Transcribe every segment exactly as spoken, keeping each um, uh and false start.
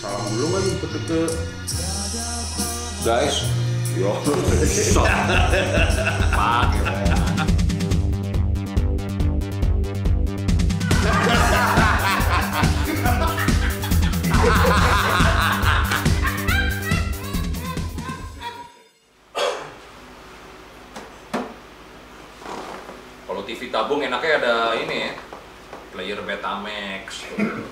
Salam dulu kan ke guys. Yo. Pakai. Kalau T V tabung enaknya ada ini ya, player Betamax.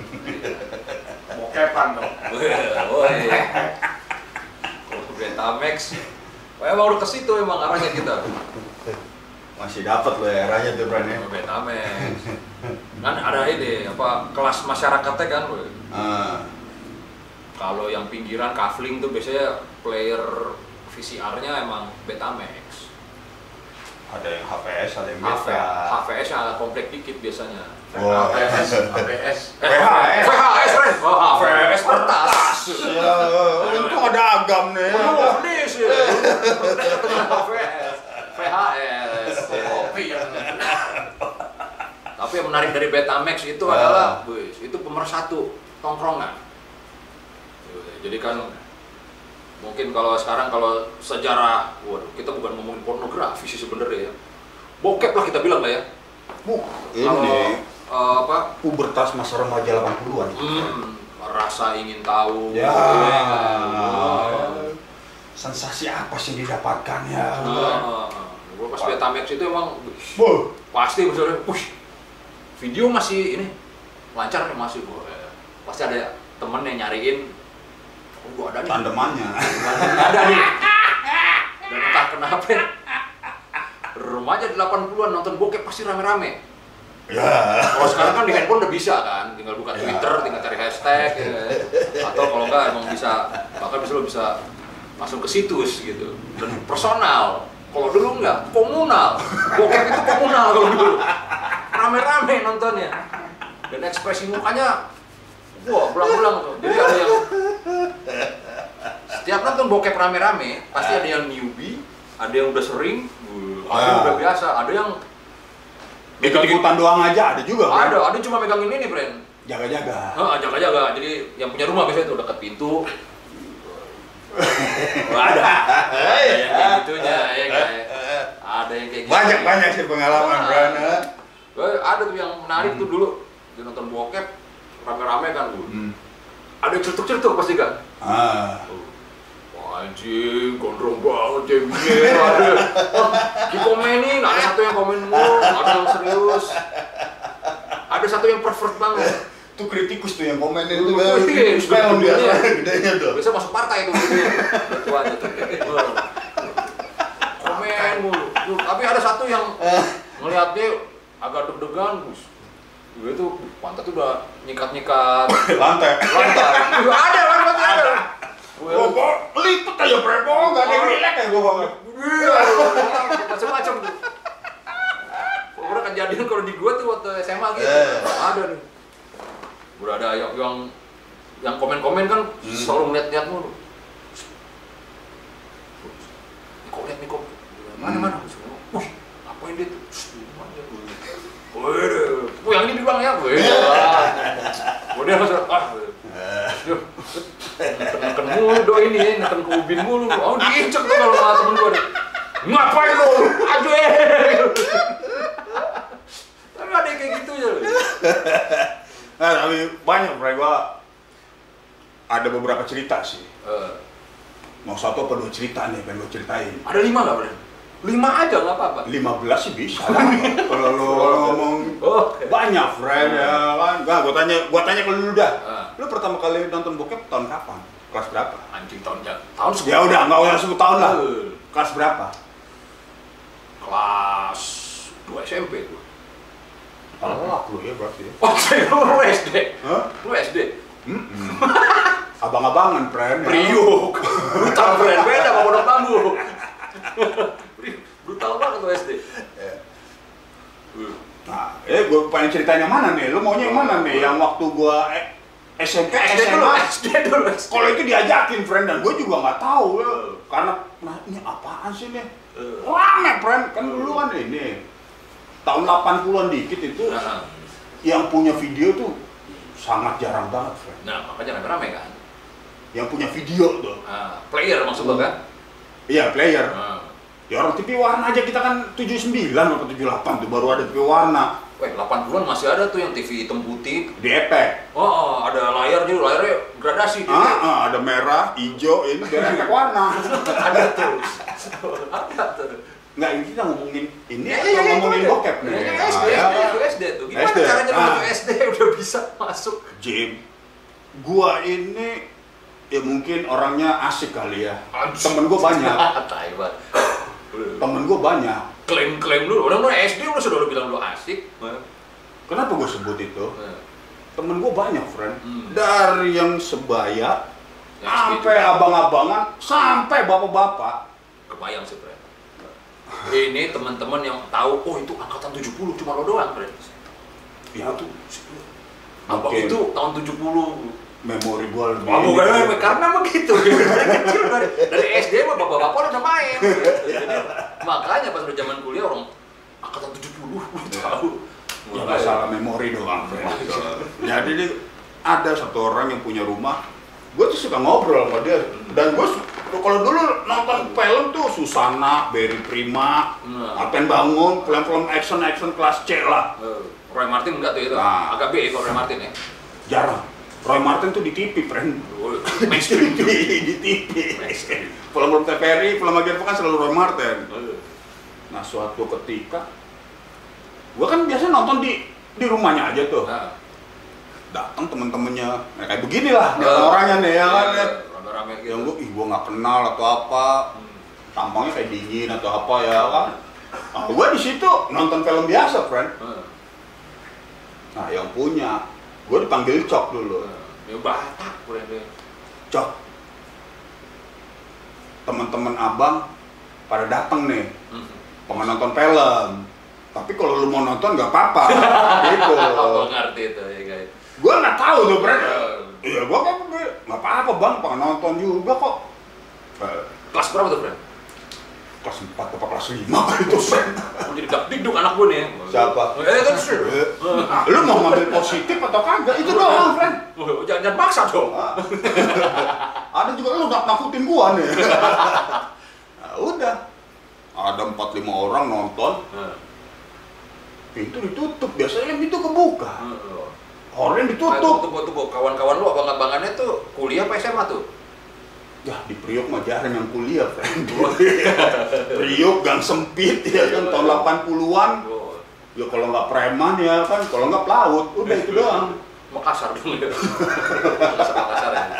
Bokepan dong. Oh iya. Kalau Betamax, oh, emang udah ke situ emang arahnya kita. Masih dapat loh ya eranya tuh brandnya. Betamax. Kan ada ini apa kelas masyarakatnya kan. Ah. Kalau yang pinggiran kafling tuh biasanya player V C R-nya emang Betamax. Ada yang H P S, ada yang H biasa. H P S yang agak komplek dikit biasanya. Wah. H P S, H P S, V H S. V H S, friend. Oh, H P S kertas. Ya, untung ada agam nih. Oh, ini sih. H P S, V H S. Kopi ya. Tapi yang menarik dari Betamax itu adalah, wih, itu pemersatu tongkrongan. Jadi kan mungkin kalau sekarang kalau sejarah, waduh, kita bukan ngomongin pornografi sih sebenarnya ya. Bokep lah kita bilang lah ya. Bu, Kalau ini uh, apa? pubertas masa remaja delapan puluhan. Hmm, rasa ingin tahu. Ya. Oh. Sensasi apa sih yang didapatkan ya? Nah, gua pas Betamax itu emang Wuh. pasti misalnya, wih, video masih ini lancar nih masih gua. Pasti ada temen yang nyariin. Oh, gua ada nih. Tandemannya. Ada nih. Dan entah kenapa remaja delapan puluhan nonton bokep pasti rame-rame. Ya. Kalau sekarang kan di handphone udah bisa kan, tinggal buka Ya. Twitter, tinggal cari hashtag gitu. Atau kalau enggak emang bisa, bahkan bisa lo bisa masuk ke situs gitu. Dan personal. Kalau dulu enggak, komunal. Bokep itu komunal kalau dulu. Rame-rame nontonnya. Dan ekspresi mukanya wah, belang-belang tuh. Jadi ada yang setiap nonton bokep rame-rame, pasti ada yang newbie, ada yang udah sering, ada yang udah biasa, ada yang Ikut-ikutan doang aja ada juga kan? ada, ada cuma megangin ini, friend. Jaga-jaga. Heeh, jaga-jaga. Jadi yang punya rumah biasanya tuh dekat pintu. Oh, ada. Ada yang kayak gitunya, ya guys. Ada yang kayak gitu. Banyak-banyak sih pengalaman, Nah, Brana. ada tuh yang menarik tuh dulu. Dia nonton bokep rame-rame kan, Bu. Hmm. Ada yang cetuk-cetuk pasti kan. Ah. Wah, anjing, gondrong banget ceweknya. Ada oh, dikomenin, ada satu yang komen mulu, ada yang serius. Ada satu yang pervert banget. Itu kritikus tuh yang komenin itu Oh, kan. iya, Spell biasa iya. gedenya tuh. Biasa masuk partai itu gitu. Itu aja tuh. Komen mulu. Tuh, tapi ada satu yang ngeliat dia agak deg-degan, Gus. Gue tuh pantat tuh udah nyikat-nyikat Lantai. lantai. Ada, ada, ada. Oh, kok lipet aja prepo, enggak ada yang relax ya gua banget. Iya, macam-macam tuh. Pokoknya kejadian kalau di gua tuh waktu S M A gitu, Eh. ada nih. Udah ada yang yang, yang komen-komen kan Hmm. selalu ngeliat-ngeliat mulu. Kok lihat nih kok? Mana-mana? Wih, apain dia tuh? Wih, wih yang ini dibilang ya, wih. Kemudian langsung, ah, neken mulu do ini ya, neken ke ubin mulu. Oh diinjek tuh kalau sama temen gua deh. Ngapain lo? Aduh eh. Tapi ada yang kayak gitu ya. Nah, tapi banyak bro, gua ada beberapa cerita sih. Uh, Mau satu apa dua cerita nih pengen gua ceritain. ada lima nggak, Bro? Lima aja nggak apa-apa. lima belas sih bisa lah. Kalau lu ngomong Oh, banyak friend ya kan. Gak, gua tanya, gua tanya ke lu dah. Ah. Lu pertama kali nonton bokep tahun kapan? Kelas berapa? anjing tahun ja- tahun Ya udah, nggak usah sebut tahun lah. Eh, Kelas berapa? Kelas dua S M P tuh. Alah, lu ya berarti. Oh, lu S D. Hah? Lu S D. Mm-mm. Abang-abangan, friend. Ya. Priuk. Brutal, friend. Beda sama Pondok Bambu. Brutal banget lu S D. Ya. Uh. Nah, eh gue pengen ceritain yang mana nih? Lu maunya yang mana nih? Yang waktu gua eh, S M P, S D dulu, S M A? S D dulu. S D. Kalau itu diajakin, friend, dan gue juga nggak tahu ya. Karena, nah ini apaan sih nih? Uh. Rame, friend. Kan dulu kan ini tahun delapan puluhan dikit itu Nah, yang punya video tuh sangat jarang banget, friend. nah makanya rame-rame kan. yang punya video tuh. Nah, player maksud lo kan? Iya, player. Nah. Ya orang T V warna aja kita kan tujuh puluh sembilan atau tujuh puluh delapan tuh baru ada T V warna. Weh, delapan puluhan masih ada tuh yang T V hitam putih. Di efek. Oh, oh, ada layar jadi layarnya gradasi gitu. Ah, ah, ada merah, hijau, ini biar efek warna. Ada tuh. Ada tuh. Nggak, ini kita ngomongin ini Ya, atau ya, ya, ngomongin itu ada. bokep nih? Ya, ya, Ah, S D, ya. S D, itu S D tuh. Gimana S D? caranya Ah. menuju S D udah bisa masuk? Jim, gua ini ya mungkin orangnya asik kali ya. Temen gua banyak. Tai banget. Temen gua banyak. Klaim-klaim dulu. Orang udah S D udah sudah lu bilang lu asik. Kenapa gua sebut itu? Nah. Temen gua banyak, friend. Hmm. Dari yang sebaya, Ya, sampai segitu. abang-abangan, sampai bapak-bapak. Kebayang sih, Fred. Ini teman-teman yang tahu, oh itu angkatan tujuh puluh cuma lo doang, Fred. Ya, Itu abang Mungkin. itu tahun tujuh puluh. memori gua lebih. Wah, ini, bukan friend. karena begitu. Dari kecil dari, dari S D mah bapak-bapak udah main. Gitu. Jadi, makanya pas udah zaman kuliah orang angkatan tujuh puluh udah tahu. Ya masalah memori doang, friend. Jadi nih ada satu orang yang punya rumah, gue tuh suka ngobrol sama dia. Dan gue kalau dulu nonton film tuh Susana, Berry Prima, Nah. Apen Bangun, film-film action action kelas C lah. Eh, Roy Martin enggak tuh itu. Nah. Agak B kalau Roy Martin ya. Jarang. Roy Martin tuh di T V, friend. Oh, Di mainstream. T V, di T V. Film-film T V R I, film akhir pekan selalu Roy Martin. Nah suatu ketika, gue kan biasa nonton di di rumahnya aja tuh. Nah. Datang temen-temennya, nah, kayak beginilah nih Oh. orangnya nih ya kan. Iya, rame-rame gitu. Yang gue, ih gue nggak kenal atau apa, tampangnya kayak dingin atau apa ya kan. Nah, gue di situ nonton film biasa, friend. Hmm. Nah yang punya, gue dipanggil Cok dulu. Ya Batak boleh deh. Cok, teman-teman abang pada datang nih, Hmm. pengen nonton film. Tapi kalau lu mau nonton nggak apa-apa, gitu. Aku ngerti itu ya guys. Gue nggak tahu tuh, friend. Ya. Iya, gue kan nggak apa-apa bang, pengen nonton juga kok. Eh, Kelas berapa tuh, Fred? kelas empat atau kelas lima itu, friend. Mau jadi dak dikduk anak gue nih. Siapa? Eh, kan sih. Eh, Lu mau ngambil positif atau kagak? Itu doang, friend. Oh, jangan jangan paksa dong. Ah. Ada juga lu nak nakutin gua nih. Nah, udah. Ada empat lima orang nonton, Nah. pintu ditutup. Biasanya pintu kebuka. Heeh. Orang Nah, ditutup. tuh, tuh, tuh, kawan-kawan lu abang-abangannya tuh kuliah apa S M A tuh? Ya di Priok mah jarang yang kuliah, friend. Priok gang sempit ya kan tahun delapan puluhan. Oh, Ya kalau nggak preman ya kan, kalau nggak pelaut, udah itu doang. Makassar dulu ya. Makassar, Makassar ya.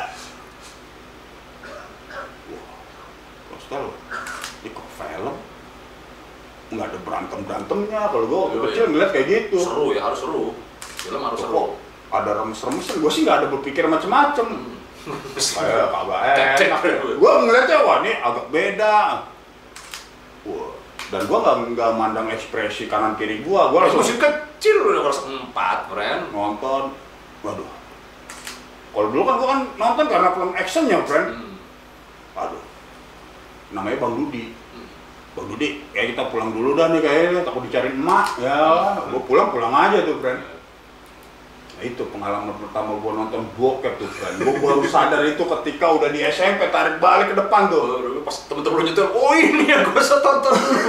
Terus tahu, ini kok film nggak ada berantem berantemnya. Kalau gua waktu Iya, kecil iya. ngeliat kayak gitu. Seru ya, harus seru. Film harus seru. Kok ada remes-remesan, gua sih nggak ada berpikir macem-macem. Hmm. Kayak kagak Cek-cek. enak. Gua ngeliatnya wah ini agak beda. Wah, dan gua nggak nggak mandang ekspresi kanan kiri gua. Gua langsung Masih kecil udah kelas empat, friend. nonton. Waduh. Kalau dulu kan gua kan nonton karena film actionnya, friend. Hmm. Aduh. Namanya Bang Dudi. Hmm. Bang Dudi, kayak kita pulang dulu dah nih kayaknya, takut dicariin emak. Ya, gua pulang pulang aja tuh, friend. Nah, itu pengalaman pertama gua nonton bokep tuh, friend. Gua baru sadar itu ketika udah di S M P tarik balik ke depan tuh. Oh, pas temen-temen lu nyetel, oh ini yang gue bisa tonton dulu.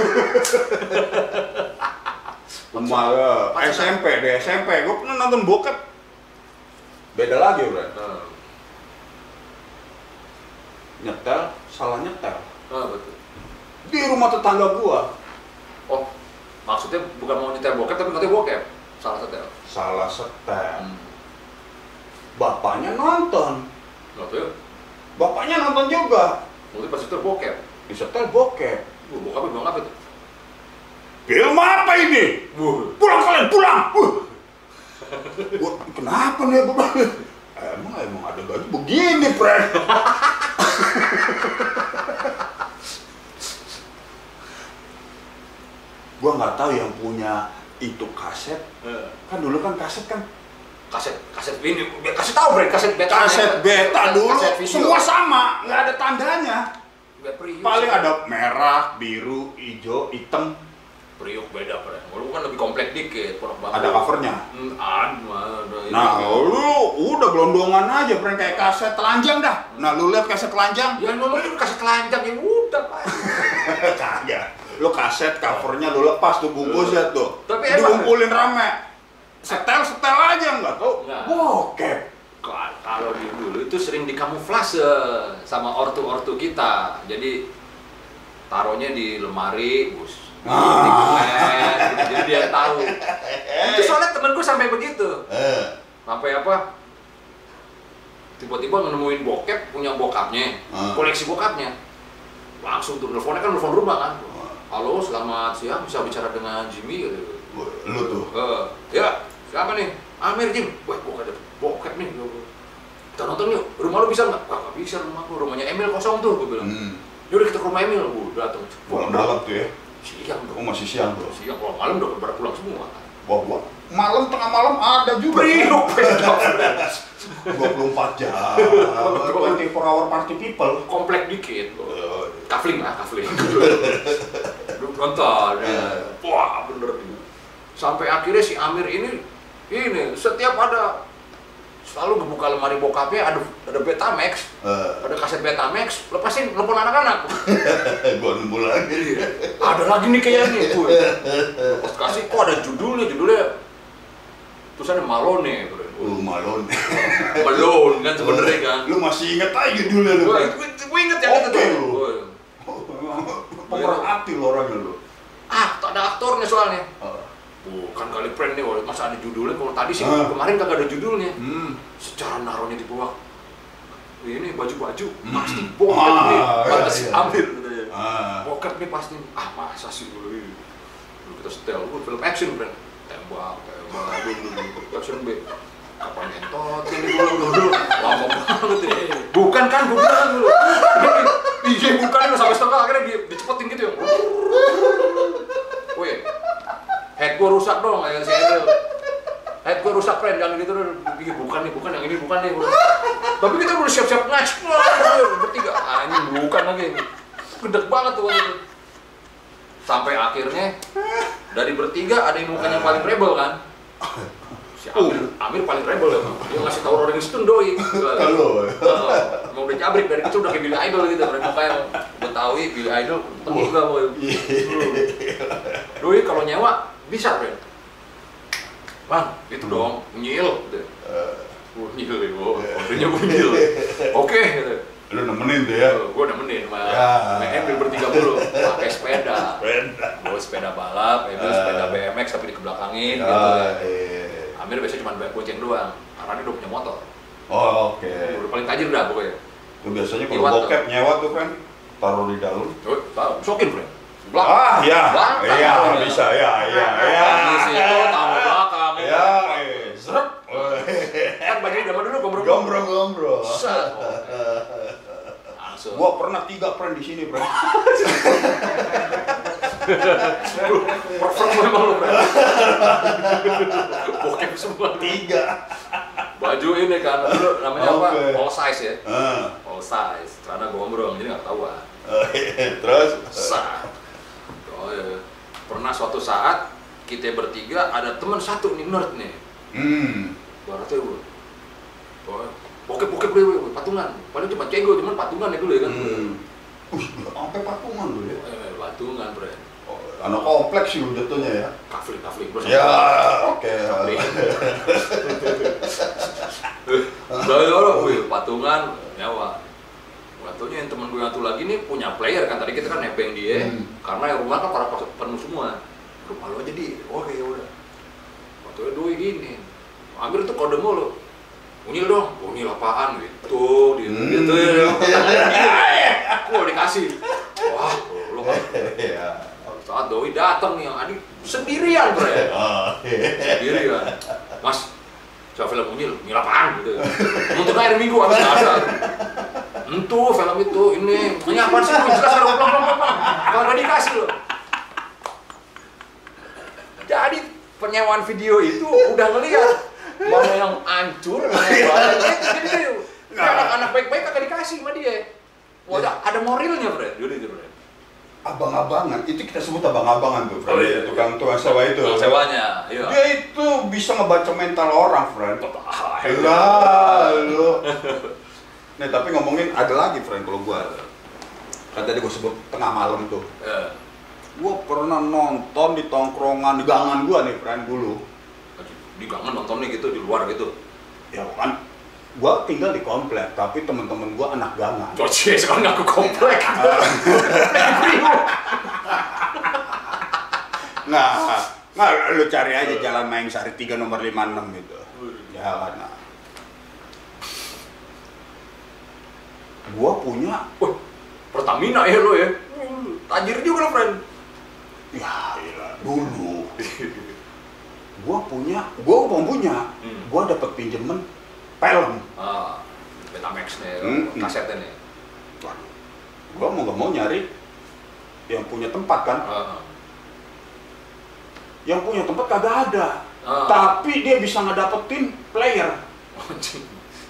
Emak ya, S M P, di S M P gua pernah nonton bokep. Beda lagi, friend. Nah, Nyetel, salah nyetel. ah, betul. Di rumah tetangga gua. Oh, maksudnya bukan mau nyetel bokep tapi nyetel bokep. Salah setel. Salah setel. Hmm. Bapaknya nonton. Nggak tahu ya. Bapaknya nonton juga. Mungkin pas itu bokep. Disetel bokep. Wah, bokapnya bilang apa tuh? Film apa ini? Wuh. Pulang kalian, pulang! Uh. Gua, kenapa nih? Gua bilang, emang emang ada gaji begini, friend. Gua nggak tahu yang punya itu kaset. Kan dulu kan kaset kan Kaset, kaset ini, kasih tahu Bre, kaset beta. kaset beta dulu Kaset video. semua sama, nggak ada tandanya. Nggak preview. Paling ada merah, biru, hijau, hitam. Priuk beda, Bre. Lu kan lebih kompleks dikit, produk baku. Ada covernya? Hmm, ada. Nah, lu udah gelondongan aja, Bren, kayak kaset telanjang dah. Nah, lu lihat kaset telanjang? Ya ngomongin kaset telanjang ya udah, Pak. Kagak. Lu kaset covernya lu lepas tuh bungkusnya tuh. Tapi dikumpulin rame. Setel-setel aja enggak tuh. Bokep. Kalau di dulu itu sering dikamuflase sama ortu-ortu kita. Jadi taruhnya di lemari, bus. Di kemen, jadi dia tahu. Itu soalnya temenku sampai begitu. Sampai apa? Tiba-tiba nemuin bokep, punya bokapnya, koleksi bokapnya. Langsung tuh teleponnya kan telepon rumah kan. Halo, selamat siang, bisa bicara dengan Jimmy gitu. Lu tuh. Uh, ya, siapa nih? Amir, Jim. Wah, gua ada bokep nih. Kita nonton yuk. Rumah lu bisa nggak? Wah, nggak bisa rumahku. Rumahnya Emil kosong tuh, gua bilang. Hmm. Yaudah kita ke rumah Emil. Gua datang. Malam tuh ya? Siang tuh. Oh, masih siang tuh? Siang, kalau malam udah pada pulang semua. Wah, wah. Malam, tengah malam ada juga. Priuk, dua puluh empat jam. dua puluh empat hour party people. Komplek dikit. Kafling lah, kafling. Nonton. Wah, bener. Sampai akhirnya si Amir ini, ini setiap ada selalu ngebuka lemari bokapnya, ada ada Betamax, uh. ada kaset Betamax, lepasin telepon anak-anak. Gua nemu lagi. Ada lagi nih kayaknya, gue. Pas kasih, kok ada judulnya, judulnya tulisannya Malone, bro. Oh, Malone. Malone kan sebenarnya kan. Lu masih inget aja judulnya lu? Gue inget yang itu tuh. Pemerhati lo orangnya lu. Ah, tak ada aktornya soalnya. Bukan kali friend nih, masa ada judulnya. Kalau tadi sih uh. kemarin kagak ada judulnya. Hmm. Secara naruhnya di bawah. Ini baju-baju hmm. pasti bokep ah, nih. Batas iya, iya. Ambil katanya. Ah. Bokep nih pasti. Ah masa sih gue. Dulu kita setel, gue film action friend. Tembak, tembak, dulu action B. Kapan nyentot ini dulu dulu. Lama banget ini. Bukan kan, gue bilang dulu. Iya bukan, sampai setengah akhirnya dia dicepetin gitu ya. Woi. Head gua rusak dong, kayak si Edel. Head gua rusak, friend, jangan gitu dong. Bukan nih, bukan yang ini, bukan nih. Tapi kita udah siap-siap ngac. Bertiga, ah ini bukan lagi. Gedek banget tuh waktu itu. Sampai akhirnya dari bertiga ada yang mukanya paling rebel kan. Si Amir, Amir paling rebel ya. Dia ngasih tahu Rolling Stone doi. Kalau mau udah cabrik dari kecil udah kayak Billy Idol gitu. Mereka kayak Betawi, Billy Idol, tengok juga boy. Doi kalau nyewa bisa, Bren. Bang, itu dong, nyil. Uh, nyil ya, ordernya nyil. Oke, gitu. Lu nemenin tuh ya? Gue nemenin, sama ya. Emil bertiga mulu, pakai sepeda. Gue sepeda balap, Emil uh, sepeda B M X tapi dikebelakangin uh, gitu ya. Iya. Amir biasanya cuma goceng doang, karena dia udah punya motor. Oh, oke. Okay. Udah paling tajir dah pokoknya. Lu biasanya kalau bokep nyewa tuh, kan taruh di dalam. Oh, taruh, sokin, friend. Belakang. Ah, iya. Belakang. Iya, bisa, ya, iya, iya. Di situ taruh belakang. Iya, serep. Kan bajunya zaman dulu gombrong. Gombrong, gombrong. Langsung. Gua pernah tiga friend di sini, friend. Perfect memang lu, friend. Bokep semua tiga. Baju ini kan, dulu namanya apa? All size ya. All size. Karena gombrong, jadi nggak ketahuan. Terus? Sah. Oh ya. Pernah suatu saat kita bertiga ada teman satu nih nerd nih. Hmm. Baratnya gue. Oh, bokep-bokep gue, patungan. Paling cuma cego, cuman patungan ya dulu ya kan. Hmm. Uh, sampai patungan dulu ya. Eh, patungan, Bre. Oh, anak kompleks sih jatuhnya ya. Kafling, kafling. Ya, oke. Udah ya, wih, patungan nyawa. Waktunya yang temen gue yang satu lagi nih punya player kan, tadi kita kan nebeng dia hmm. karena rumah kan para penuh semua. Rumah lo aja di, oke ya udah. Waktunya doi gini, Amir tuh kode mulu, unyil dong, unyil apaan gitu, gitu, hmm. gitu ya. Aku dikasih, wah lo kan. Saat doi datang nih yang adik sendirian bre, sendirian, mas. Coba film unyil, unyil apaan gitu. Untuk air minggu habis nggak ada. Entuh film itu, ini, ini apaan sih? Jelas ada ulang-ulang, kalau nggak dikasih loh. Jadi penyewaan video itu udah ngeliat mana yang hancur, mana yang baik, gitu. Anak-anak baik-baik kagak dikasih sama dia. Wah, ada morilnya, Fred. Jadi gitu, Fred. abang-abangan, itu kita sebut abang-abangan tuh, oh, iya, tukang tukang sewa itu. Tukang sewanya, iya. Dia itu bisa ngebaca mental orang, friend. Ah, Lalu. Nih tapi ngomongin ada lagi, friend, kalau gua. Kan tadi gua sebut tengah malam tuh. Yeah. Gua pernah nonton di tongkrongan di gangan gua nih, friend, dulu. Di gangan nontonnya gitu di luar gitu. Ya kan, gua tinggal di komplek, tapi temen-temen gua anak gangan. Oh cie, sekarang ngaku komplek. Nah, nggak, lu cari aja Jalan Mayang Sari tiga nomor lima enam gitu. Jalan. Nah. Gua punya, wah, Pertamina ya lo ya. Tajir juga lo, friend. ya iya, dulu. Gua punya, gua mau punya, hmm. gua dapet pinjemen film. Ah, Betamax nih, hmm. kasetnya nih. Gua mau nggak mau nyari yang punya tempat kan. Ah. Yang punya tempat kagak ada. Ah. Tapi dia bisa ngedapetin player. Anjir.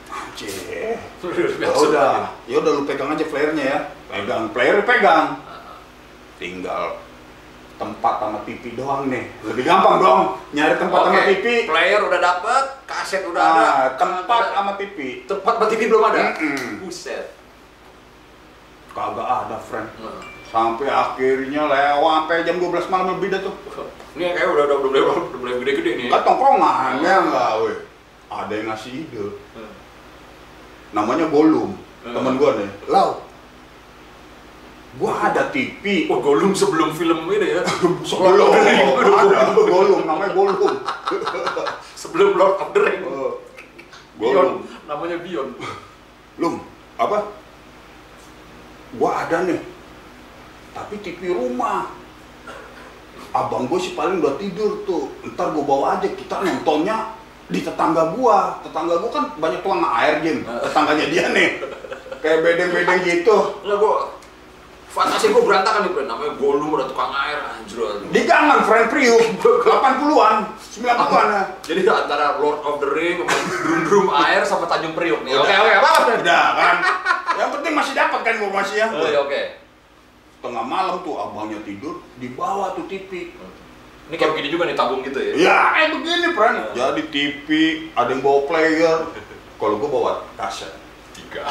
Ya udah, ya udah lu pegang aja playernya ya. Pegang player pegang. Ah. Tinggal tempat sama T V doang nih, lebih gampang dong nyari tempat okay. sama T V. Player udah dapet, kaset udah nah, ada, tempat sama T V. Tempat sama T V belum ada. Mm-mm. Buset. Kagak ada, friend. Hmm. Sampai akhirnya lewat sampai jam dua belas malam lebih dah tuh. Ini kayak udah udah udah mulai udah mulai gede-gede nih. Kan tongkrongan ya enggak, weh. Ada yang ngasih ide. Hmm. Namanya Golum. Hmm. Temen gua nih. Lau. Gua ada T V. Oh, Gollum sebelum film ini ya? Sebelum, ada Gollum, namanya Gollum. Sebelum Lord of the Rings. Uh, Beyond, namanya Beyond. Lum, apa? Gua ada nih, tapi T V rumah. Abang gue sih paling udah tidur tuh. Ntar gua bawa aja, kita nontonnya di tetangga gua. Tetangga gua kan banyak tukang air, Jim. Tetangganya dia nih, kayak bedeng-bedeng gitu. Lah gua fantasi gue berantakan nih, friend. Namanya Gollum udah tukang air, anjir. Di gangan, friend, Priuk, delapan puluhan, sembilan puluhan ya. Jadi antara Lord of the Rings, drum-drum air, sama Tanjung Priuk nih. Oke, oke, apa-apa. Udah kan, yang penting masih dapat kan informasi ya. Oh, iya, oke. Tengah malam tuh abangnya tidur, di bawah tuh T V. Ini kayak begini juga nih, tabung gitu ya? Ya, kayak begini, friend. Jadi T V, ada yang bawa player. Kalau gue bawa kaset. Tiga.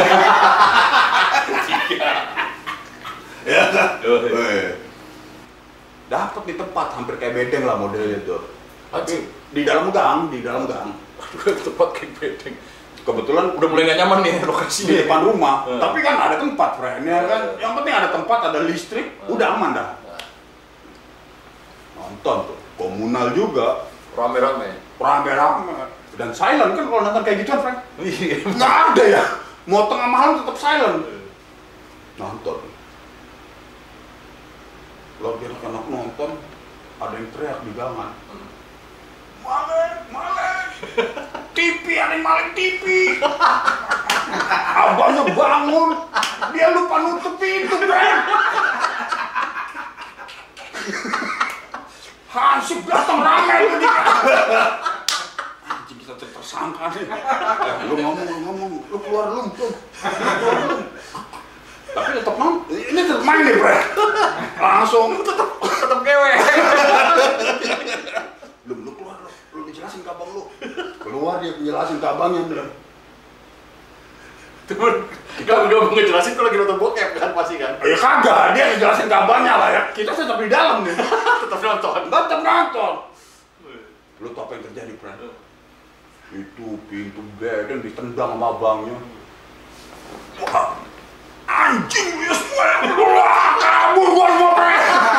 Tiga. Ya kan? Dapat di tempat hampir kayak bedeng lah modelnya tuh. Tapi di dalam gang, di dalam gang. Aduh, tempat kayak bedeng. Kebetulan udah mulai nggak nyaman nih lokasinya. Di depan rumah. Hmm. Tapi kan ada tempat, friend, ya kan. Yang penting ada tempat, ada listrik, hmm. udah aman dah. Nonton tuh, komunal juga. Rame-rame. Rame-rame. Dan silent kan kalau nonton kayak gituan, friend. Iya. Nggak ada ya. Mau tengah malam tetap silent. Nonton. Lagi anak nonton, ada yang teriak di gangan. Maling, maling, T V, ada yang maling T V. Abangnya bangun, dia lupa nutup pintu, friend. Hansip datang ramai tuh dia. Anjing, kita tersangka nih. Eh, lu ngomong, lu ngomong, lu keluar lu, lu keluar lu. Tapi tetap non, ini tetap main nih, bre. Langsung tetap tetap kewe. Lu lu keluar lu, lu dijelasin ke abang lu. Keluar dia ngejelasin ke abangnya, bre. Temen, kalau nggak mau ngejelasin tuh lagi nonton bokep kan pasti kan? Ya kagak, dia ngejelasin ke abangnya lah ya. Kita tetap di dalam nih. Tetap nonton. Tetap nonton. Lu tau apa yang terjadi, bre? Itu pintu bedeng ditendang sama abangnya. Wah. Anjing, ya semua, wah, kabur gua semua, bre.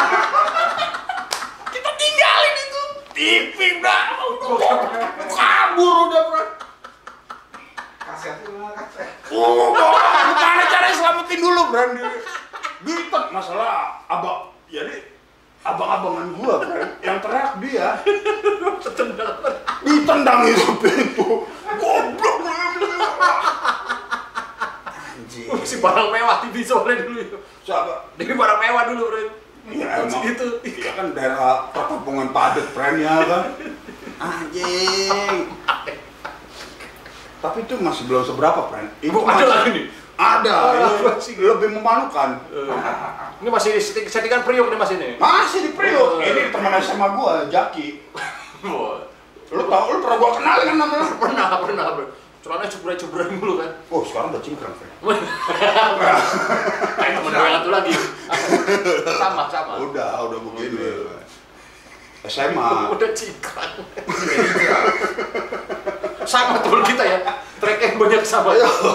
Kita tinggalin itu T V, bre. Kabur udah, bre. Kaset itu mana kaset? Oh, gimana caranya selamatin dulu, bre. Gitu, masalah abang, jadi abang-abangan gua, bre, yang teriak dia. Ditendang itu pintu. Goblok, bre. Si barang mewah T V soalnya dulu itu. Siapa? Ini barang mewah dulu, Bro. Ya emang gitu. Iya kan daerah perkampungan padat, friend, ya kan. Anjing. Tapi itu masih belum seberapa, friend. Itu ada lagi nih. Ada ada, ini lebih memalukan. Ini masih setting- settingan Priok nih Mas ini. Masih di Priok. Ini teman S M A gua, Jaki. Lu tau, lu pernah gua kenal kan namanya? Pernah, pernah, bro. Celananya cebrai-cebrai dulu kan. Oh, sekarang udah cingkrang, Fred. Kayak temen gue yang satu lagi. Sama, sama. Udah, udah begini. S M A. Udah cingkrang. Sama temen kita ya. Tracknya banyak sama.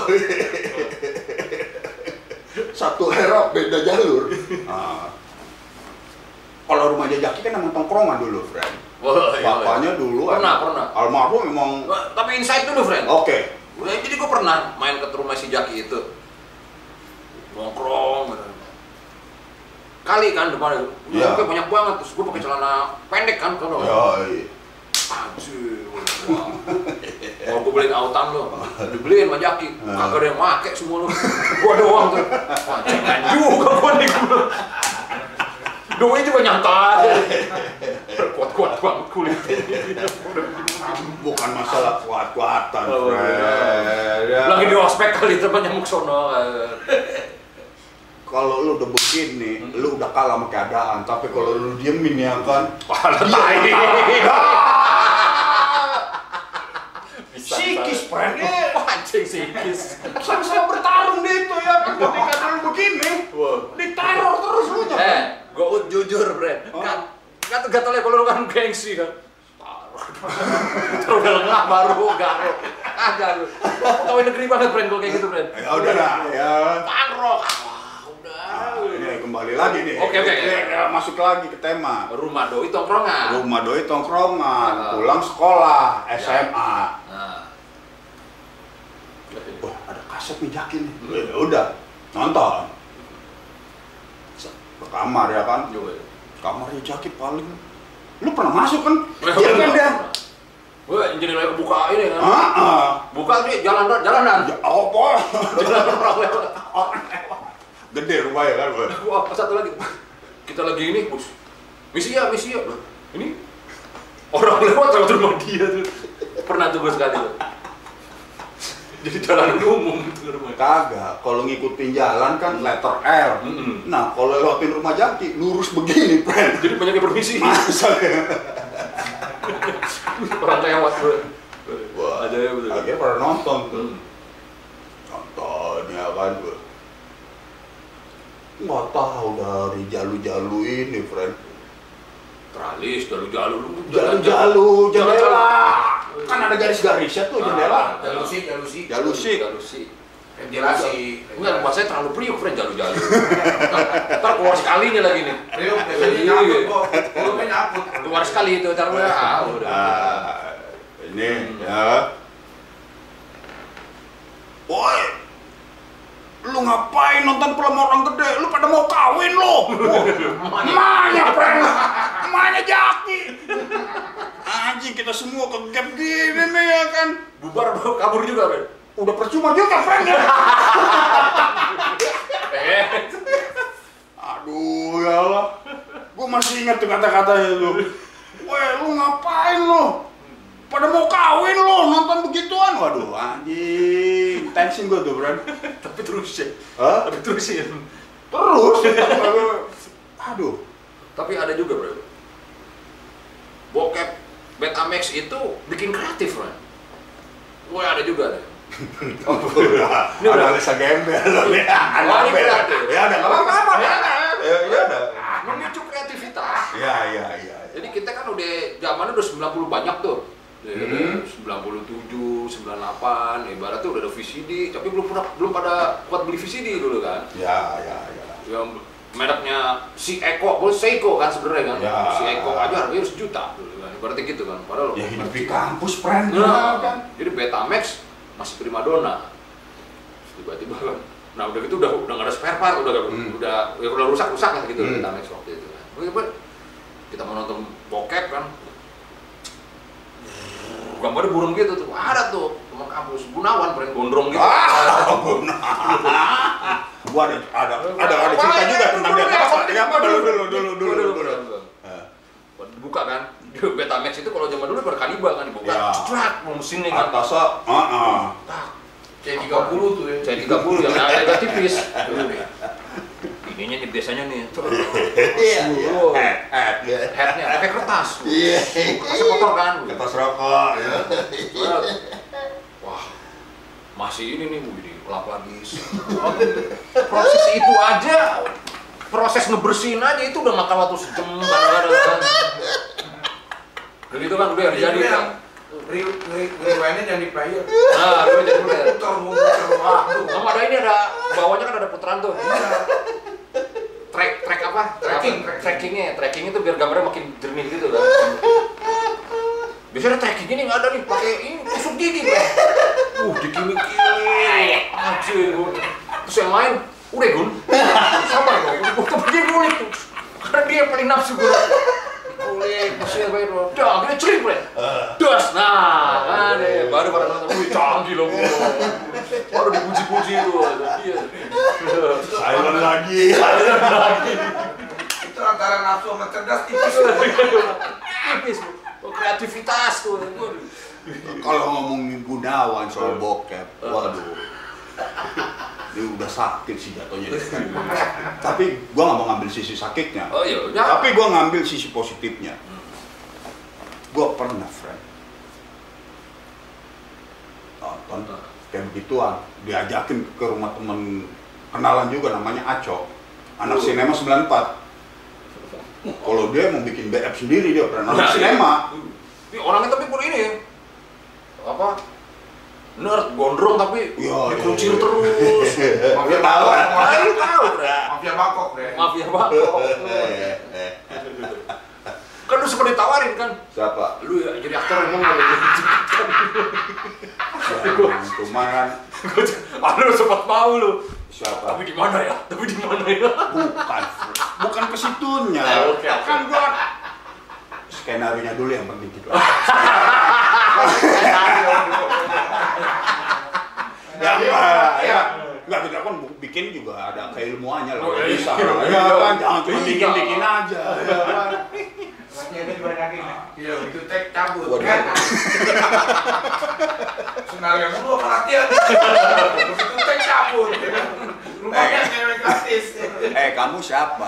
Satu era beda jalur. Nah. Kalau rumah Jaki kan emang tongkrongan dulu, Fred. Oh, iya, Bapaknya iya. dulu Pernah, emang, pernah. almarhum memang. Tapi insight dulu, friend. Oke. Okay. Jadi gue pernah main ke rumah si Jaki itu. Nongkrong gitu. Kali kan depan itu. Iya. Yeah. Banyak banget, terus gue pakai celana pendek kan kalau. Ya, iya. Anjir. Mau gue beliin autan lo, dibeliin sama Jaki, kagak ada yang make semua lo. Gua doang tuh. Wah, jangan juga gua nih. Doanya juga nyangka aja. Kuat-kuat banget kulitnya. Bukan masalah kuat-kuatan, Oh, Fred. Ya. Lagi di ospek kali teman nyamuk sono. Kalau lu udah begini, hmm. lu udah kalah sama keadaan. Tapi kalau lu diemin ya kan, pahala tai. Sikis, Fred. Pancing sikis. Sama-sama bertarung deh itu ya kan. Ketika lu begini, diteror terus lu nya. Eh, gua jujur, Bre. Kan kan gatalnya kalau lu kan gengsi kan. Terus udah lengah baru garo. Agak lu. Pegawai negeri banget, Bre, kalau kayak gitu, Bre. Ya udah lah, ya. Parok. Ini kembali lagi nih. Oke, oke. Ya, masuk lagi ke tema. Rumah doi tongkrongan. Rumah doi tongkrongan, Uh, pulang sekolah, S M A. Nah. Wah, ada kaset nih Jaki nih. Ya udah, nonton. Ke kamar ya kan? Kamarnya Jaki paling. Lu pernah masuk kan? Iya kan dia? Wah, jendelanya kebuka ini kan. Heeh. Buka sih jalan jalanan. Ya apa? Jalan orang lewat. Gede rumahnya kan, Bos. Wah, satu lagi. Kita lagi ini, Bos. Misi ya, misi ya. Ini orang lewat lewat rumah dia tuh. Pernah tuh gue sekali tuh. Jadi jalan umum gitu rumahnya. Kagak, kalau ngikutin jalan kan letter L. Mm-hmm. Nah, kalau lewatin rumah Jaki, lurus begini, friend. Jadi banyak yang permisi. Masa ya? Orang lewat, Bro. Wah, ada ya betul. akhirnya pada nonton tuh. Hmm. Nonton ya kan, Bro. Nggak tahu dari jalu-jalu ini, friend. Teralis, jalu-jalu. Jalu-jalu, jendela. Kan ada garis-garisnya tuh jendela. Jalusi, jalusi. Jalusi. Jalusi. Ventilasi. Enggak, rumah saya terlalu priuk, friend, jalu-jalu. Ntar keluar sekalinya lagi nih. Priuk, biasanya nyabut kok. Priuknya nyabut. Keluar sekali itu, ntar udah. Ah, udah. Ah, ini ya. Woi, lu ngapain nonton film orang gede? Lu pada mau kawin lu? Emaknya, friend. Emaknya Jaki. Anjing, kita semua kegap gini nih ya kan. Bubar, bro, kabur juga, friend. Udah percuma juga, friend ya. Eh, Aduh, ya Allah. Gua masih ingat tuh kata-katanya tuh. Woi, lu ngapain lu? Pada mau kawin lu nonton begituan? Waduh, anjing. Tensin gua tuh, friend. tapi terus ya. Hah? Tapi terusin. Terus? Aduh. Tapi ada juga, bro. Bokep Betamax itu bikin kreatif, friend. Wah, ada juga deh. Oh, udah. Ada Alisa Gembel loh ya. Wah, ini kreatif. Ya ada apa-apa. Ya ya ada. Memicu kreativitas. Ya ya ya. Jadi kita kan udah zamannya udah sembilan puluh banyak tuh. Hmm. sembilan puluh tujuh, sembilan puluh delapan, ibaratnya udah ada V C D, tapi belum pernah belum pada kuat beli V C D dulu kan. Ya ya ya. Yang mereknya si Eko, bos Seiko kan sebenarnya kan. Ya. Si Eko aja harganya sejuta dulu kan. Ibaratnya gitu kan. Padahal Ya hidup di kampus, friend. Nah, kan. jadi Betamax masih primadona. Tiba-tiba kan. Nah, udah gitu udah udah nggak ada spare part, udah Hmm. udah ya udah rusak-rusak lah gitu Hmm. Betamax waktu itu kan. Begitu kita mau nonton bokep kan. Gambarnya burung gitu tuh. Ada tuh teman kampus Gunawan pernah gondrong gitu. Ah, gua ada ada ada ada cerita juga tentang dia. Apa? Ya apa dulu dulu dulu dulu dulu. Buka kan. Betamax itu kalau zaman dulu berkaliber kan dibuka. Ya. Cekrak mesinnya kan. Atasnya, heeh. Tak. C tiga puluh tuh ya. C tiga puluh yang agak tipis. Ininya nih biasanya nih. Oh, headnya pakai kertas. Iya. Kertasnya kotor kan. Kertas rokok ya. Wah, masih ini nih, wih, lap lagi. Proses itu aja, proses ngebersihin aja itu udah makan waktu sejam kadang-kadang kan. Dan itu kan udah jadi kan. Rewind-nya jangan dibayar. Nah, itu jadi udah. Putar muter waktu. Sama ada ini ada bawahnya kan ada putaran tuh. Track track apa? Tracking, Apa? Trackingnya, tracking itu biar gambarnya makin jernih gitu kan. Biasanya tracking ini nggak ada nih, pakai ini tusuk gigi bro. Uh, dikilik-kilik, anjir. Terus yang main, udah Gun, sabar dong, udah gue pergi kulik tuh. Karena dia yang paling nafsu gue. Kulik, masih apa itu? Dah, akhirnya celik bro. Das, nah, ada, baru pada nonton, wih canggih loh bro. Baru dipuji-puji tuh, iya. Silent lagi. Silent lagi. Itu antara nafsu sama cerdas tipis. Tipis bro. Kreativitas tuh. Kalau ngomongin Gunawan soal bokep, waduh, ini udah sakit sih jatuhnya. Tapi gua nggak mau ngambil sisi sakitnya. Oh iya. Tapi gua ngambil sisi positifnya. Gua pernah, friend, nonton kayak begituan, diajakin ke rumah temen kenalan juga namanya Aco, anak sinema sembilan puluh empat. Kalau dia mau bikin B F sendiri dia pernah nonton sinema. Ini orangnya tapi pun ini apa? Nerd, gondrong tapi Ya, dikuncir ya, ya. terus. Mafia Tahu, bakok. Ah, ini tahu, Bra. Mafia bakok, Bre. Mafia bakok. Kan lu sempat ditawarin kan? Siapa? Lu ya jadi aktor emang. Cuma kan Aduh sempat mau lu. siapa? Tapi di mana ya? Tapi di mana ya? Bukan, bukan ke situnya. Ah, oke, oke. Kan gua skenario-nya dulu yang penting gitu. Ya enggak, ya. Enggak, kita kan bikin juga ada keilmuannya lah. Oh, iya. Bisa. Ya kan, jangan cuma bikin-bikin aja. Ya kan. Iya, itu tek cabut. Waduh. Kan? Senario dulu perhatian. Itu tek cabut. Rumahnya cewek gratis. Eh, kamu siapa?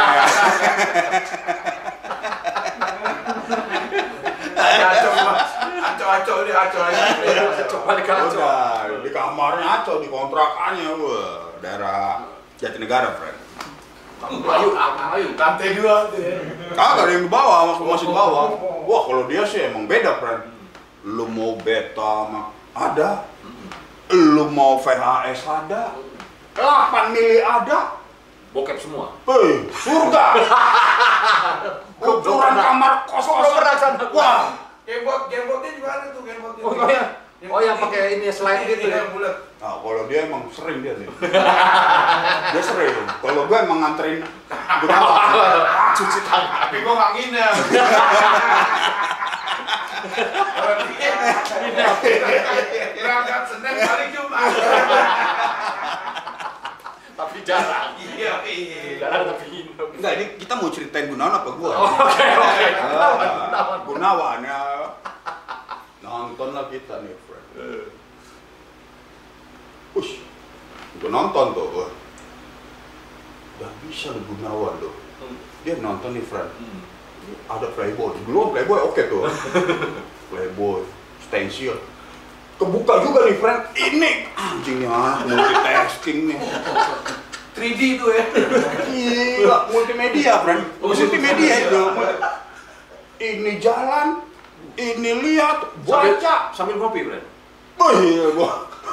Aco, aco, aco, ini aco lagi. Coba dikacau. Udah, di kamarnya aco, di kontrakannya, wah, daerah Jatinegara, friend. Ayo, ayo. Lantai dua tuh ya. Kagak ada yang di bawah, masih masih di bawah. Wah, kalau dia sih emang beda, friend. Lu mau beta mah ada, lu mau V H S ada, delapan mili ada. Bokep semua. Hei, surga. Ukuran kamar kos-kosan. Wah, Gamebot, gamebotnya juga ada tuh gamebotnya. Oh iya. Oh yang pakai ini slide gitu ya. Yang bulat. nah kalau dia emang sering dia sih. Dia sering. Kalau gue emang nganterin Gunawan. Cuci tangan. Tapi gua nggak nginep. Kalau dia berangkat Senin balik Jumat. Tapi jarang. Iya, iya. Jarang tapi hidup. Enggak, ini kita mau ceritain Gunawan apa gua? Oke, oke. Ah, Gunawan ya. Nonton lah kita nih, friend. Ush, gua nonton tuh. Wah. Udah bisa lu Gunawan loh. Dia nonton nih, friend. Ada Playboy. Dulu Playboy oke tuh. Playboy, stensil. Kebuka juga nih, friend. Ini anjingnya multitasking nih. tiga D itu ya. Gila, multimedia, friend. Multimedia itu. Ini jalan, ini lihat, Sambil, baca. sambil ngopi, Bro. Oh iya, gua.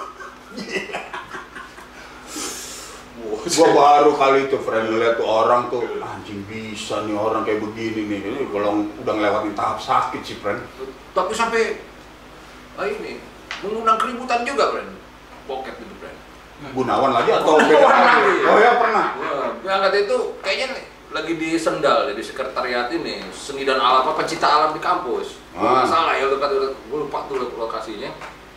Gua baru kali itu, friend, ngeliat tuh orang tuh, anjing bisa nih orang kayak begini nih. Ini kalau udah ngelewatin tahap sakit sih, friend. Tapi sampai ah ini mengundang keributan juga, Bro. Bokep itu, Bro. Gunawan lagi atau beda Gunawan lagi? lagi. Oh ya pernah. Wah, yang kata itu kayaknya nih, lagi di Sendal, jadi sekretariat ini seni dan alam apa pencipta alam di kampus. Gue Ah. nggak salah ya, gue lupa tuh lokasinya.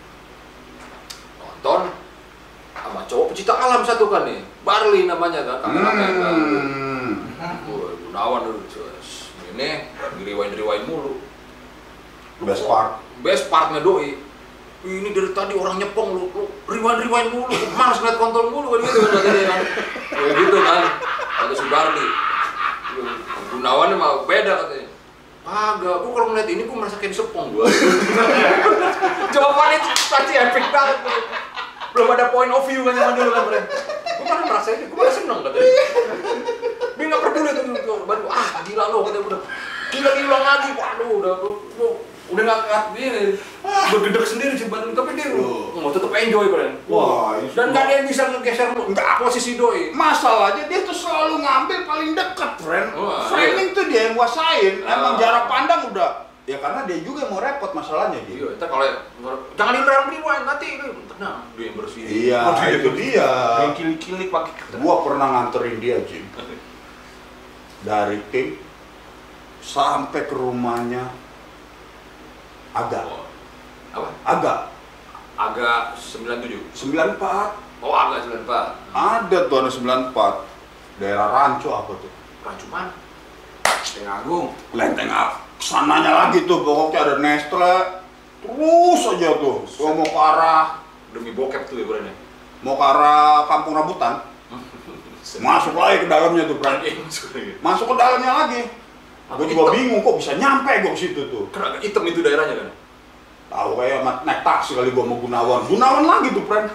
Nonton sama cowok pencipta alam satu kan nih, Barli namanya kan, kakak-kakak kan. Hmm. Wah, Gunawan dulu, Cus. Ini diriwain-diriwain mulu. Best part. Best partnya doi. ini dari tadi orang nyepong lu, lu rewind-rewind mulu, males ngeliat kontol mulu kan gitu kan tadi kan. Kayak gitu kan. Kata Subardi. Gunawannya mah beda katanya. Agak, gua kalau ngeliat ini gua merasa kayak disepong gua. Jawabannya itu pasti epic banget. Belum ada point of view kan zaman dulu kan, Bro. Gua malah merasa ini, gua malah seneng katanya. Dia nggak peduli tuh, bantu ah gila lo katanya udah. Gila diulang lagi, waduh udah udah udah nggak nggak ini bergedek sendiri sih Bandung, tapi dia mau tetap enjoy kan. Wah, dan nggak ada yang bisa ngegeser nggak posisi doi. Masalahnya dia tuh selalu ngambil paling dekat, friend. Wah, Framing iya. tuh dia yang kuasain. Ah. Emang jarak pandang udah. Ya karena dia juga yang mau repot masalahnya dia. Iya, kita kalau jangan dilarang rewind nanti itu tenang dia yang bersih. Iya, Oh, dia itu dia. Yang kilik-kilik pakai Gua pernah nganterin dia, Jim. Dari tim sampai ke rumahnya agak Oh. Apa? agak Agak sembilan tujuh. sembilan empat. Oh, agak sembilan empat. Ada tuh anak sembilan empat. Daerah Ranco apa tuh? Rancu mana? Lenteng Agung. Lenteng Agung. Sananya lagi tuh pokoknya ada Nestle. Terus aja tuh. Gua mau ke arah Demi bokep tuh ya Bro. mau ke arah Kampung Rambutan. Masuk lagi ke dalamnya tuh, Bro. Masuk ke dalamnya lagi. Gue juga bingung kok bisa nyampe gue ke situ tuh. Karena hitam itu daerahnya kan. Tahu kayak naik taksi kali gua mau Gunawan. Gunawan lagi tuh, friend.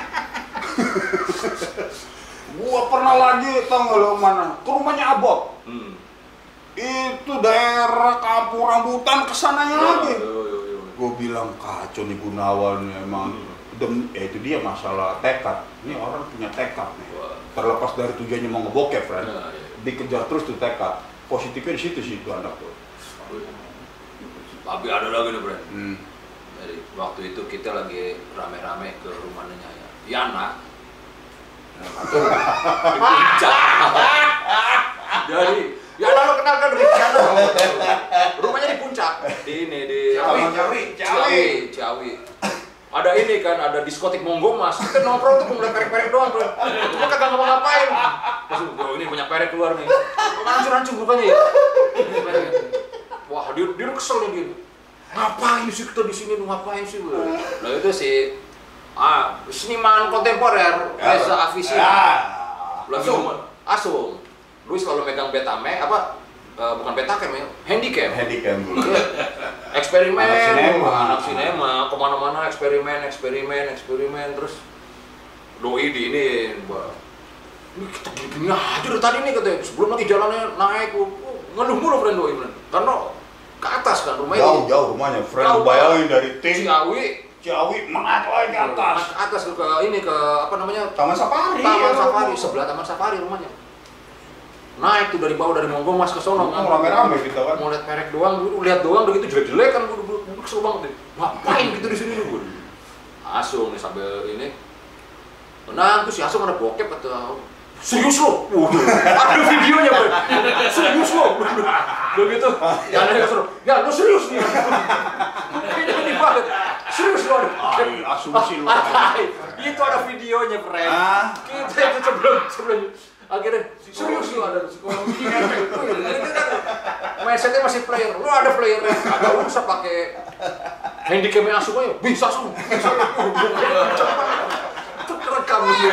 Gua pernah lagi tau nggak lo mana? Ke rumahnya Abot. Hmm. Itu daerah Kampung Rambutan kesananya lagi. Yo, yo, yo. Gua bilang kacau nih Gunawan emang. Dem, ya itu dia masalah tekad. Ini orang punya tekad nih. Wah. Terlepas dari tujuannya mau ngebokep, friend. Nah, iya. Dikejar terus tuh tekad. Positifnya di situ sih itu anak tuh. Tapi ada lagi nih, Bro. Hmm. Jadi waktu itu kita lagi rame-rame ke rumahnya ya. Yana. Nah, atau di puncak. Jadi, Yana lo kenal kan Yana? Rumahnya di puncak. Di ini di Ciawi, apa? Ciawi, Ciawi, Ciawi. Ada ini kan, ada diskotik Monggo Mas. Kita nongkrong tuh mulai perek-perek doang, Bro. Kita kagak ngapa-ngapain. Masuk, oh ini banyak perek keluar nih. Hancur-hancur bukannya ya? Wah, dia dia kesel nih dia. Ngapain sih kita di sini? Ngapain sih, Bro? Nah, itu sih ah, seniman kontemporer, Reza Afisi. Lagi Asum. Asum. Lu selalu megang Betame apa? Uh, bukan Betacam ya, Handycam. Handycam dulu. Eksperimen, Anak sinema. anak sinema, kemana-mana eksperimen, eksperimen, eksperimen, terus doi di ini, wah, ini kita gini aja dari tadi nih katanya, sebelum lagi jalannya naik, oh, ngeluh mulu friend doi, friend. Karena ke atas kan rumahnya. Jauh jauh rumahnya, friend. Jauh, Bayangin dari tim Ciawi, Ciawi menaik lagi ke atas. naik ke atas ke, ke ini ke apa namanya? Taman Safari. Taman ya. Safari, sebelah Taman Safari rumahnya. Naik tuh dari bawah dari Monggo Mas ke sono Kan rame-rame kita kan. mau lihat perek doang dulu, lihat doang begitu jelek-jelek kan gue dulu kesel banget deh. Ngapain gitu di sini gue? Asung nih sambil ini. Tenang tuh si Asung ada bokep atau serius lo? Ada videonya bro. Serius lo? Begitu. Ya ada yang seru. Ya lo serius nih. Ini ini banget. Serius lo ada. Asumsi lu. Itu ada videonya friend. Ah. Kita itu sebelum sebelum akhirnya serius lu ada psikologi kan itu kan mindsetnya masih player, lu ada playernya agak usah pakai handicapnya Asum aja, bisa Asum, bisa itu kerekam dia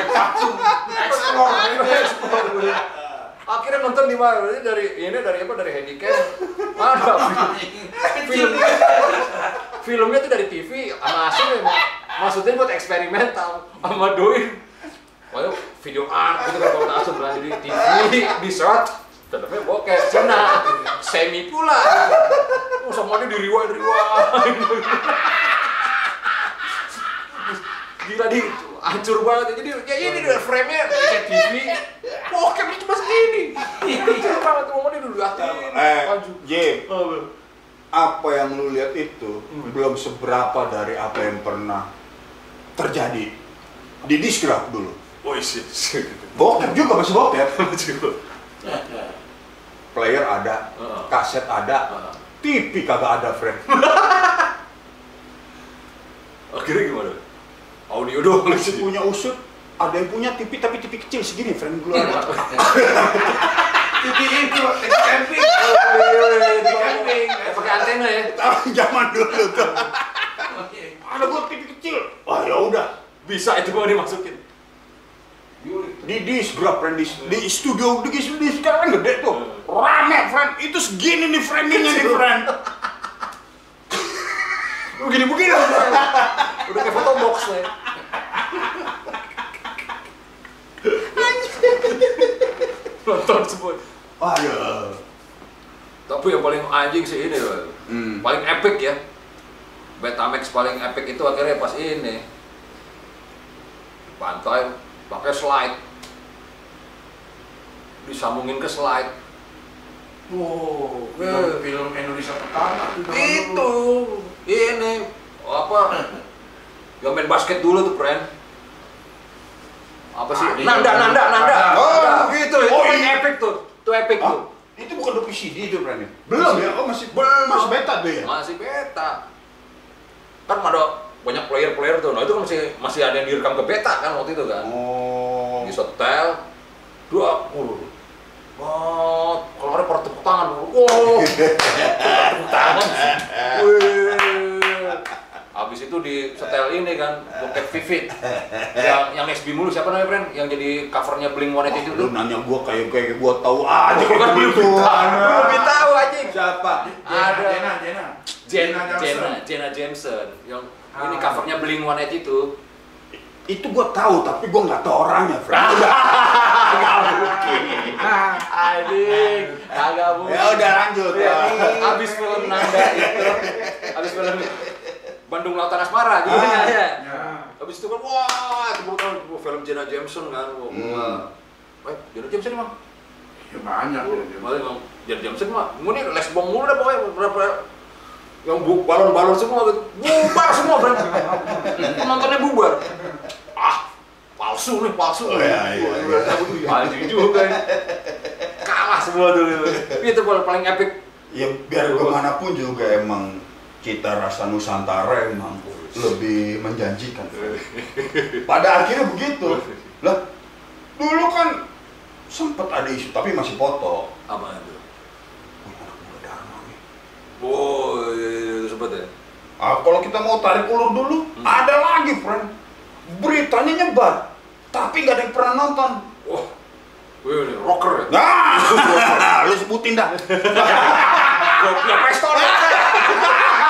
explore akhirnya nonton di mana, dari ini dari apa, dari handicap ada film filmnya itu dari T V sama Asum ya, maksudnya buat eksperimental sama Doi. Wah, video art gitu kan kalau Asum berani di T V, di shot, tetapnya bokep, Cina, semi pula. Oh, semuanya di rewind rewind. Gila di hancur banget. Jadi ya ini dari frame-nya kayak T V, bokep cuma segini. Hancur banget, ngomongnya dulu atin. Eh, Jim, apa yang lu lihat itu belum seberapa dari apa yang pernah terjadi di Discraft dulu. Oh isi, Bokep juga masih bokep. Player ada, Uh-uh. kaset ada, Uh-uh. T V kagak ada, friend. Akhirnya gimana? Audio doang Masih punya usut, ada yang punya T V tapi T V kecil segini, friend. Dulu ada. T V itu, T V camping. Di camping, pakai antena ya. Zaman dulu tuh. Ada gua T V kecil. Wah ya udah. Bisa itu mau dimasukin. Di disk berapa friend di, di studio di studio sekarang gede tuh. Rame friend. Itu segini nih framingnya nih friend. Begini-begini friend. Udah kayak foto box nih. Nonton semua. Aduh. Tapi yang paling anjing sih ini loh. Hmm. Paling epic ya. Betamax paling epic itu akhirnya pas ini. Pantai pakai slide. Disambungin ke slide. Wow, Eh. film Indonesia pertama tuh. Itu ini apa? Yang main basket dulu tuh, friend. Apa sih? Ah, Nanda, iya. Nanda, Nanda. Nanda. Oh, Nanda. Gitu, itu oh, paling iya. epic tuh. Itu epic Hah? tuh. Itu bukan do P C D itu friend. Belum ya? Oh masih Belum. masih beta tuh ya. Masih beta. Kan ada banyak player-player tuh. Nah, itu kan masih masih ada yang direkam ke beta kan waktu itu kan. Oh. Di setel dua puluh. Wah, kalau ada pada tepuk tangan. Wow. Tepuk tangan. Wih. Habis itu di setel ini kan, bokep Vivid. Yang yang S B mulu siapa namanya, friend? Yang jadi covernya Blink one eighty-two Lu tuh. nanya gua kayak kayak gua tahu aja Kan kayak belum gitu. tahu. Belum tahu anjing. Siapa? Ada. Jena, Jena. Jenna, Jenna Jenna, Johnson. Jenna Jameson. Yang ini Ah. covernya Blink one eighty-two. Itu gua tahu tapi gua nggak tahu orangnya, friend. Agak mungkin. Anjing, agak mungkin. Ya udah lanjut. Ya, habis film Nanda itu, habis film Bandung Lautan Asmara gitu Ah. ya. Ya. Habis itu kan wah, itu bukan film Jenna Jameson kan. Wah, Hmm. eh Jenna Jameson mah. Ya banyak ya. dia. Malah emang Jenna Jameson mah, ini les bom mulu dah pokoknya berapa yang bu- balon-balon semua gitu. Bubar semua, Bang. Penontonnya bubar. Ah, palsu nih, palsu. Oh, iya, iya, iya. Anjing juga. Kalah semua tuh. Itu paling paling epic. Ya biar kemanapun juga emang cita rasa Nusantara emang lebih menjanjikan. Pada akhirnya begitu. Lah, dulu kan sempet ada isu tapi masih foto. Apa itu? Wih, anak muda Dharma nih. Oh, iya, iya, itu sempet ya. Ah, kalau kita mau tarik ulur dulu, Hmm. ada lagi, friend. Beritanya nyebar, tapi nggak ada yang pernah nonton. Wah, wih, ini rocker ya. Nah, lu sebutin dah. Gua punya pistol.